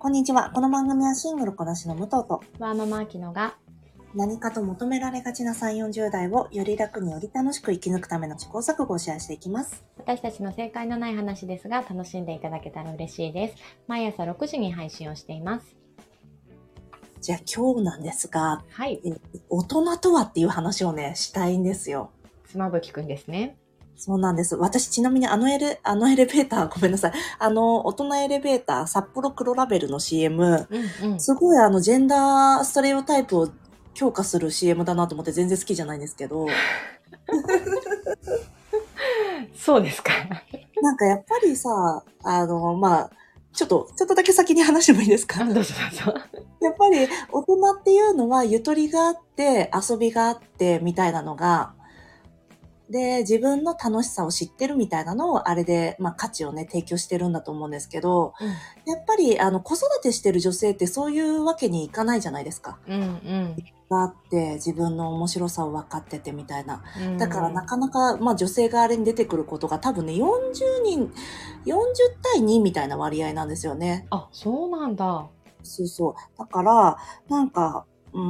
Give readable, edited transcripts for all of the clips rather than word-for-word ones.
こんにちは。この番組はシングルこなしの武藤とワーママアキノが何かと求められがちな3、40代をより楽により楽しく生き抜くための試行錯誤をシェアしていきます。 私たちの正解のない話ですが楽しんでいただけたら嬉しいです。毎朝6時に配信をしています。 じゃあ今日なんですが、 はい。 大人とはっていう話をね、したいんですよ。 妻夫木くんですね。 そうなんです。私ちなみにあのエレベーター、ごめんなさい。大人エレベーター、札幌黒ラベルの CM、すごいジェンダーストレオタイプを強化する CM だなと思って全然好きじゃないんですけど、 そうですか。 なんかやっぱりさ、ちょっとだけ先に話してもいいですか？ どうぞどうぞ。 やっぱり大人っていうのはゆとりがあって、遊びがあってみたいなのが、で、自分の楽しさを知ってるみたいなのをあれで、価値をね、提供してるんだと思うんですけど、やっぱり子育てしてる女性ってそういうわけにいかないじゃないですか。があって自分の面白さを分かっててみたいな。だからなかなか、女性があれに出てくることが多分ね、40対2みたいな割合なんですよね。 あ、そうなんだ。 そうそう。だから、なんか、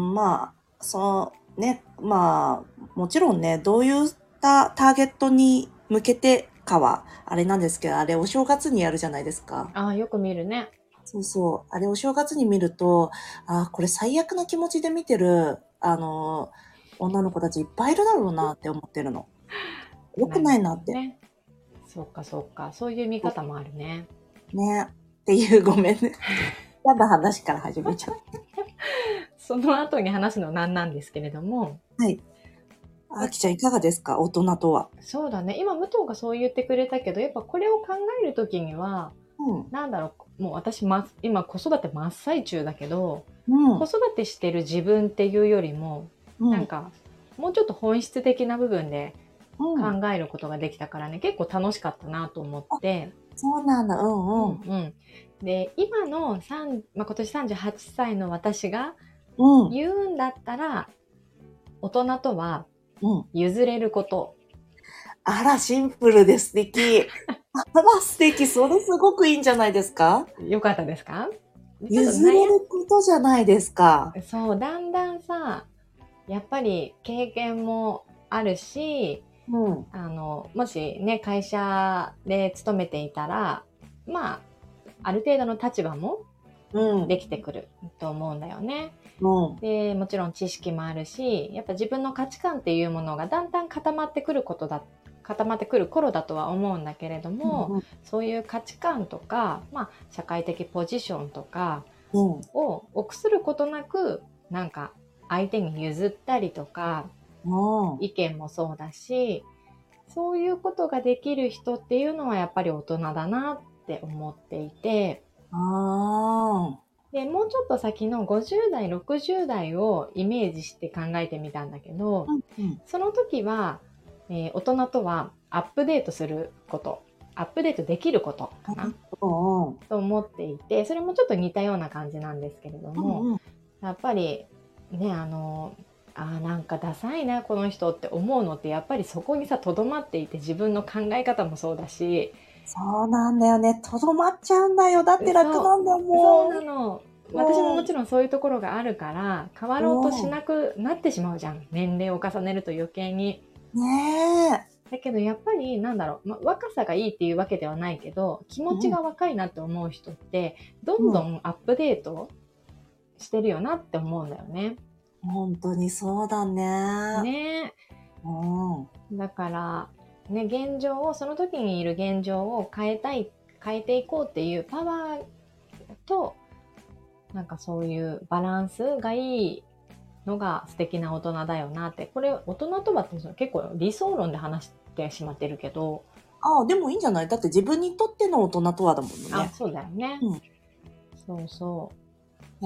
もちろんね、どういったターゲットに向けてかは、あれなんですけど、あれお正月にやるじゃないですか。 あ、よく見るね。 そうそう。あれお正月に見ると、これ最悪な気持ちで見てる、女の子たちいっぱいいるだろうなって思ってるの。よくないなって。 ね。そうかそうか。そういう見方もあるね。 ね。っていう、ごめんね。嫌な話から始めちゃう。 その後に話すのは何なんですけれども。 はい。あきちゃんいかがですか？大人とは。 そうだね。今、武藤がそう言ってくれたけど、やっぱこれを考えるときには、なんだろう、もう私、今子育て真っ最中だけど、子育てしてる自分っていうよりも、なんか、もうちょっと本質的な部分で考えることができたからね、結構楽しかったなと思って。 そうなんだ。 で、今の今年38歳の私が言うんだったら、大人とは譲れること。 あら、シンプルで素敵。あら、素敵。それすごくいいんじゃないですか？ よかったですか？ 譲れることじゃないですか。 そう、だんだんさ、やっぱり経験もあるし、もしね、会社で勤めていたら、ある程度の立場もできてくると思うんだよね。で、もちろん知識もあるし、やっぱ自分の価値観っていうものがだんだん固まってくる頃だとは思うんだけれども、そういう価値観とか、社会的ポジションとかを臆することなく、なんか相手に譲ったりとか、意見もそうだし、そういうことができる人っていうのはやっぱり大人だなって思っていて、で、もうちょっと先の50代、60代をイメージして考えてみたんだけど、その時は、大人とはアップデートすること、アップデートできることかな、と思っていて、それもちょっと似たような感じなんですけれども、やっぱりね、なんかダサいなこの人って思うのってやっぱりそこにさとどまっていて、自分の考え方もそうだし、 そうなんだよね。とどまっちゃうんだよ。だって楽なんだもん。 そうなの。私ももちろんそういうところがあるから変わろうとしなくなってしまうじゃん。年齢を重ねると余計に。 ねえ。 だけどやっぱりなんだろう、若さがいいっていうわけではないけど、気持ちが若いなって思う人ってどんどんアップデートしてるよなって思うんだよね。 本当にそうだね。 ねえ。だからね、その時にいる現状を変えていこうっていうパワーと、なんかそういうバランスがいいのが素敵な大人だよなって。これ大人とはって結構理想論で話してしまってるけど。 でもいいんじゃない？だって自分にとっての大人とはだもんね。 そうだよね。そうそう。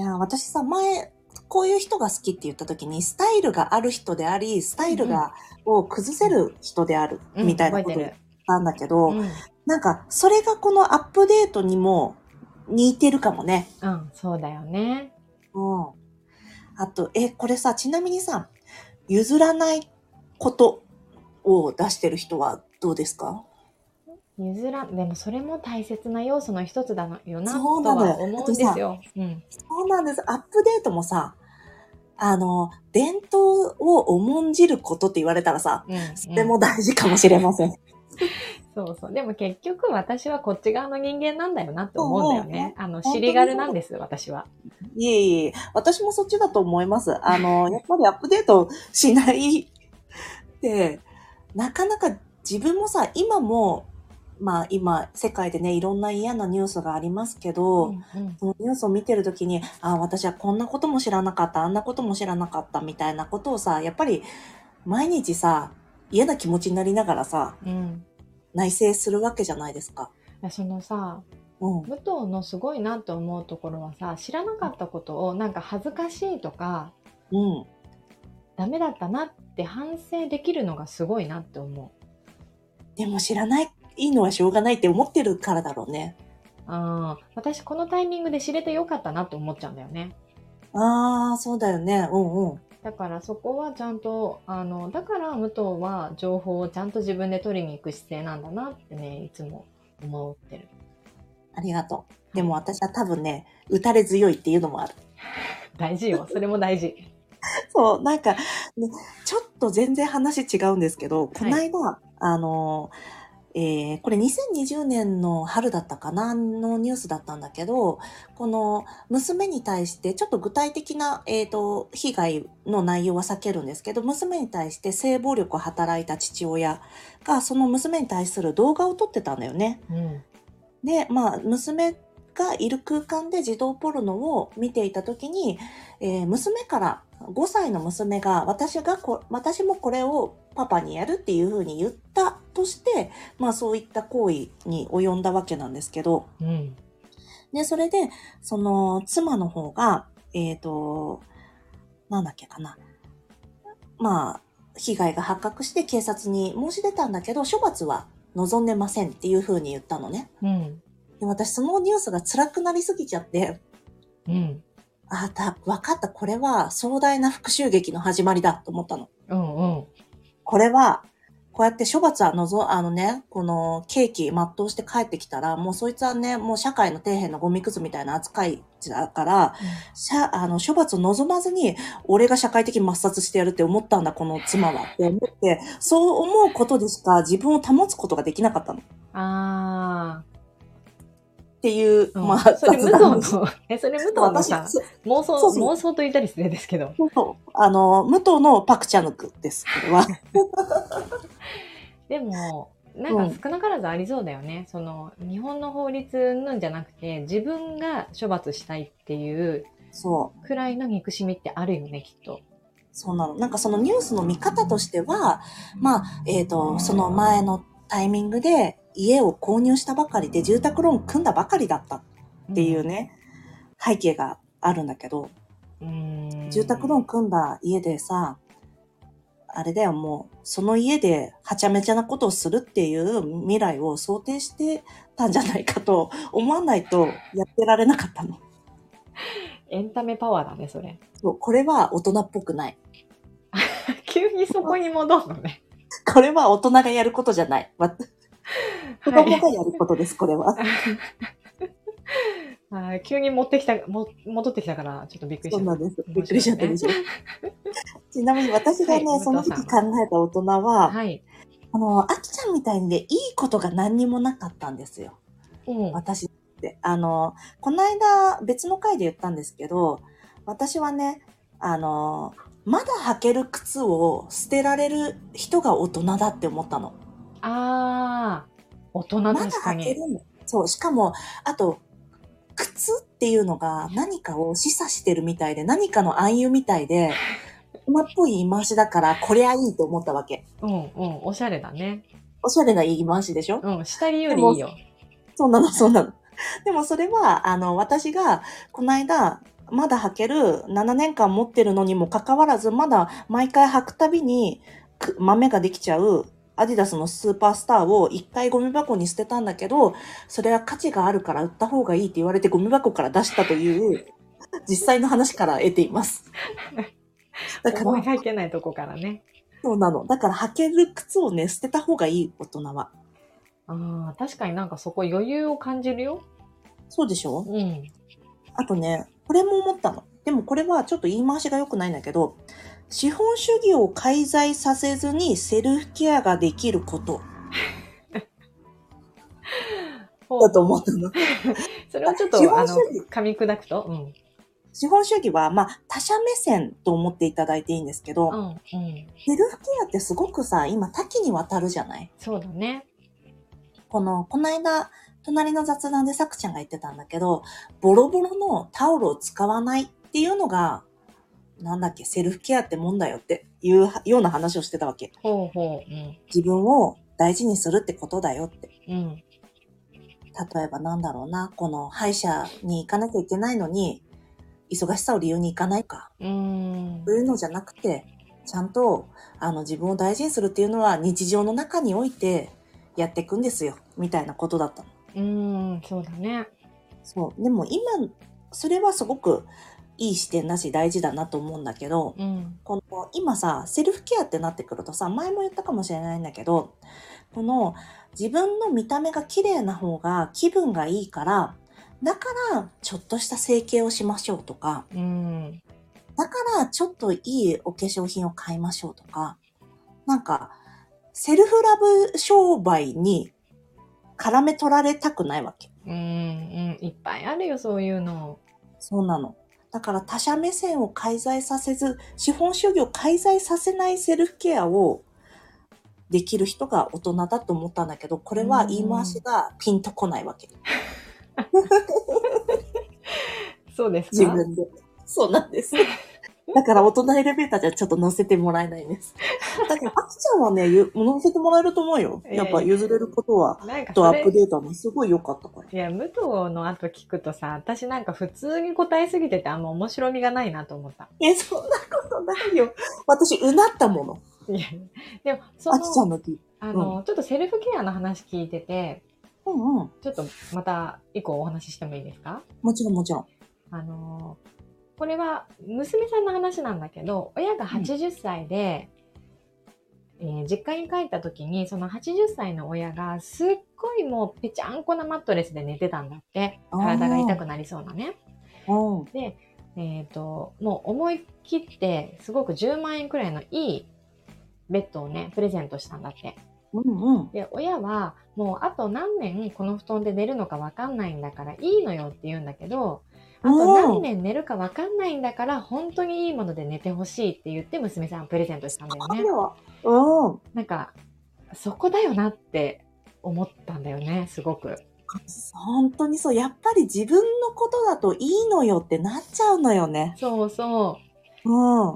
いや、私さ、前、こういう人が好きって言った時に、スタイルがある人であり、スタイルを崩せる人である、みたいなことを言ったんだけど、なんか、それがこのアップデートにも似てるかもね。 そうだよね。 あと、これさ、ちなみにさ、譲らないことを出してる人はどうですか？ でもそれも大切な要素の一つだよな、とそうなのよ。 は思うんですよ。 そうなんです。アップデートもさ、伝統を重んじることって言われたらさ、それも大事かもしれません。 そうそう。でも結局私はこっち側の人間なんだよなって思うんだよね。尻軽なんです、私は。 いえいえ、私もそっちだと思います。やっぱりアップデートしないって、なかなか自分もさ、今も、まあ今、世界でね、いろんな嫌なニュースがありますけど、そのニュースを見てるときに、私はこんなことも知らなかった、あんなことも知らなかったみたいなことをさ、やっぱり毎日さ、嫌な気持ちになりながらさ、内省するわけじゃないですか。 そのさ、武藤のすごいなと思うところはさ、知らなかったことをなんか恥ずかしいとか、ダメだったなって反省できるのがすごいなって思う。 でも知らないのはしょうがないって思ってるからだろうね。 私このタイミングで知れてよかったなって思っちゃうんだよね。 そうだよね。 だからそこはちゃんと、だから武藤は情報をちゃんと自分で取りに行く姿勢なんだなってね、いつも思ってる。 ありがとう。でも私は多分ね、打たれ強いっていうのもある。 大事よ。それも大事。 そう、なんか、ね、ちょっと全然話違うんですけど、この間、これ2020年の春だったかなのニュースだったんだけど、この娘に対してちょっと具体的な、被害の内容は避けるんですけど、娘に対して性暴力を働いた父親がその娘に対する動画を撮ってたんだよね。で、娘がいる空間で児童ポルノを見ていたときに、娘から5歳の娘が私もこれをパパにやるっていうふうに言ったとして、そういった行為に及んだわけなんですけど、で、それで、その妻の方が、なんだっけかな。被害が発覚して警察に申し出たんだけど、処罰は望んでませんっていうふうに言ったのね。で、私そのニュースが辛くなりすぎちゃって、わかった。これは壮大な復讐劇の始まりだと思ったの。これは、こうやって処罰はこの刑期全うして帰ってきたら、もうそいつはね、もう社会の底辺のゴミくずみたいな扱いだから、処罰を望まずに、俺が社会的に抹殺してやるって思ったんだ、この妻は。って思って、そう思うことでしか自分を保つことができなかったの。っていう、 それ武藤のさ、妄想と言ったり失礼ですけど。 武藤のパクチャヌクです、これは。 でも、なんか少なからずありそうだよね。その、日本の法律なんじゃなくて、自分が処罰したいっていう、くらいの憎しみってあるよね、きっと。 そうなの。なんかそのニュースの見方としては、その前のタイミングで家を購入したばかりで住宅ローン組んだばかりだったっていうね、背景があるんだけど、住宅ローン組んだ家でさ、あれだよ、もう、その家ではちゃめちゃなことをするっていう未来を想定してたんじゃないかと思わないとやってられなかったの。 エンタメパワーだね、それ。 そう、これは大人っぽくない。 急にそこに戻るのね。 これは大人がやることじゃない。子供がやることです、これは。 急に戻ってきたから、ちょっとびっくりしちゃった。 そうなんです。びっくりしちゃったでしょ。ちなみに私がね、その時考えた大人は、あきちゃんみたいにね、いいことが何にもなかったんですよ。私って。この間別の回で言ったんですけど、私はね、まだ履ける靴を捨てられる人が大人だって思ったの。 大人確かに。 まだ履けるの。そう、しかも、あと、靴っていうのが何かを示唆してるみたいで、何かの暗喩みたいで、大人っぽい言い回しだから、これはいいと思ったわけ。 おしゃれだね。 おしゃれな言い回しでしょ？ 下着よりいいよ。 そうなの。でもそれは、私が、この間、まだ履ける7年間持ってるのにもかかわらず、まだ毎回履くたびに、豆ができちゃう、アディダスのスーパースターを一回ゴミ箱に捨てたんだけど、それは価値があるから売った方がいいって言われてゴミ箱から出したという実際の話から得ています。 だから思いがけないとこからね。 そうなの。だから履ける靴をね、捨てた方がいい、大人は。 ああ、確かになんかそこ余裕を感じるよ。 そうでしょ？ うん。 あとね、これも思ったの。でもこれはちょっと言い回しが良くないんだけど、資本主義を介在させずにセルフケアができることだとほうほう。 思ったの。 それをちょっ資と、 本主義、 噛み砕くと、うん。 資本主義は、まあ、他者目線と思っていただいていいんですけど、 うん、うん。 セルフケアってすごくさ、今多岐にわたるじゃない？ そうだね。 この間、隣の雑談でさくちゃんが言ってたんだけど、ボロボロのタオルを使わないっていうのが、なんだっけ、セルフケアってもんだよっていうような話をしてたわけ。 ほうほう。うん。 自分を大事にするってことだよって。 うん。 例えばなんだろうな、この歯医者に行かなきゃいけないのに、忙しさを理由に行かないか。そういうのじゃなくて、ちゃんと、自分を大事にするっていうのは日常の中においてやっていくんですよ。みたいなことだったの。 そうだね。 そう。でも今、それはすごくいい視点だし大事だなと思うんだけど、 うん。 この今さ、セルフケアってなってくるとさ、前も言ったかもしれないんだけど、この自分の見た目が綺麗な方が気分がいいから、だからちょっとした整形をしましょうとか、 うん。 だからちょっといいお化粧品を買いましょうとか、なんか、セルフラブ商売に絡め取られたくないわけ。 いっぱいあるよ、そういうの。 そうなの。だから他者目線を介在させず、資本主義を介在させないセルフケアをできる人が大人だと思ったんだけど、これは言い回しがピンとこないわけ。 そうですか？ 自分で。そうなんです。だから大人エレベーターじゃちょっと乗せてもらえないんです。だから、あきちゃんはね、乗せてもらえると思うよ。やっぱ譲れることは、 なんかとアップデートもすごい良かったから。 いや、武藤の後聞くとさ、私なんか普通に答えすぎててあんま面白みがないなと思った。 そんなことないよ。私、うなったもの。 いや、でも、 あきちゃんの聞いて。 ちょっとセルフケアの話聞いてて、 うんうん。 ちょっとまた以降お話ししてもいいですか？ もちろんもちろん。 これは娘さんの話なんだけど、親が80歳で、実家に帰った時に、その80歳の親がすっごいもうぺちゃんこなマットレスで寝てたんだって。体が痛くなりそうなね。で、もう思い切って、すごく10万円くらいのいいベッドをね、プレゼントしたんだって。で、親はもうあと何年この布団で寝るのかわかんないんだからいいのよって言うんだけど、あと何年寝るかわかんないんだから本当にいいもので寝てほしいって言って娘さんプレゼントしたんだよね。なんか、そこだよなって思ったんだよね、すごく。 本当にそう。やっぱり自分のことだといいのよってなっちゃうのよね。 そうそう。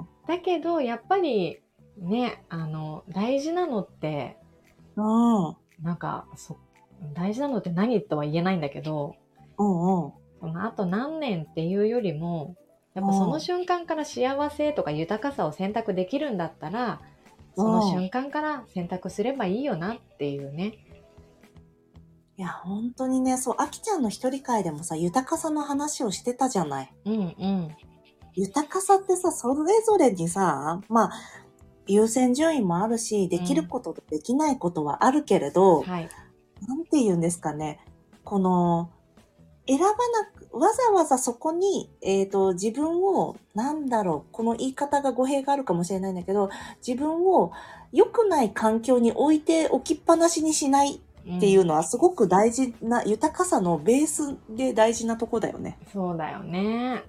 だけど、やっぱりね、大事なのって、なんか、大事なのって何とは言えないんだけど、そのあと何年っていうよりも、やっぱその瞬間から幸せとか豊かさを選択できるんだったら、その瞬間から選択すればいいよなっていうね。 いや、本当にね、そう、あきちゃんの一人会でもさ、豊かさの話をしてたじゃない。豊かさってさ、それぞれにさ、まあ、優先順位もあるし、できることとできないことはあるけれど、なんて言うんですかね、この、選ばなく、わざわざそこに、自分を、この言い方が語弊があるかもしれないんだけど、自分を良くない環境に置いて置きっぱなしにしないっていうのはすごく大事な、豊かさのベースで大事なとこだよね。 そうだよね。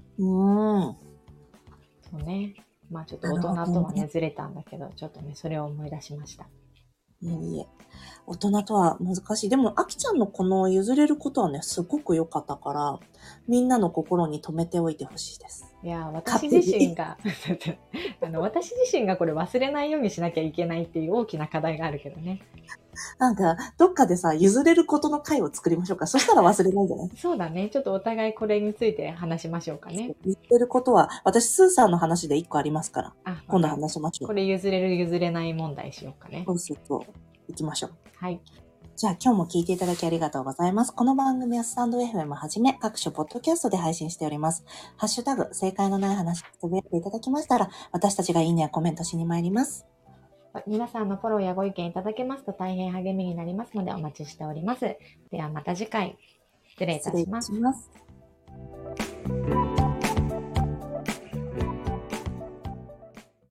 そうね。まあちょっと大人とはね、ずれたんだけど、ちょっとね、それを思い出しました。 いえ。大人とは難しい。でも、あきちゃんのこの譲れることはね、すごく良かったから、みんなの心に留めておいてほしいです。 いや、私自身が私自身がこれ忘れないようにしなきゃいけないっていう大きな課題があるけどね。 なんか、どっかでさ、譲れることの会を作りましょうか。そしたら忘れないんじゃない？ そうだね。ちょっとお互いこれについて話しましょうかね。 譲れることは、私、スーさんの話で一個ありますから。今度話しましょう。 これ譲れる譲れない問題しようかね。 そう。行きましょう。 はい。 じゃあ今日も聞いていただきありがとうございます。この番組はスタンド FM はじめ各種ポッドキャストで配信しております。ハッシュタグ、正解のない話つぶやいていただきましたら、私たちがいいねやコメントしに参ります。 皆さんのフォローやご意見いただけますと大変励みになりますのでお待ちしております。ではまた次回、失礼いたします。 失礼します。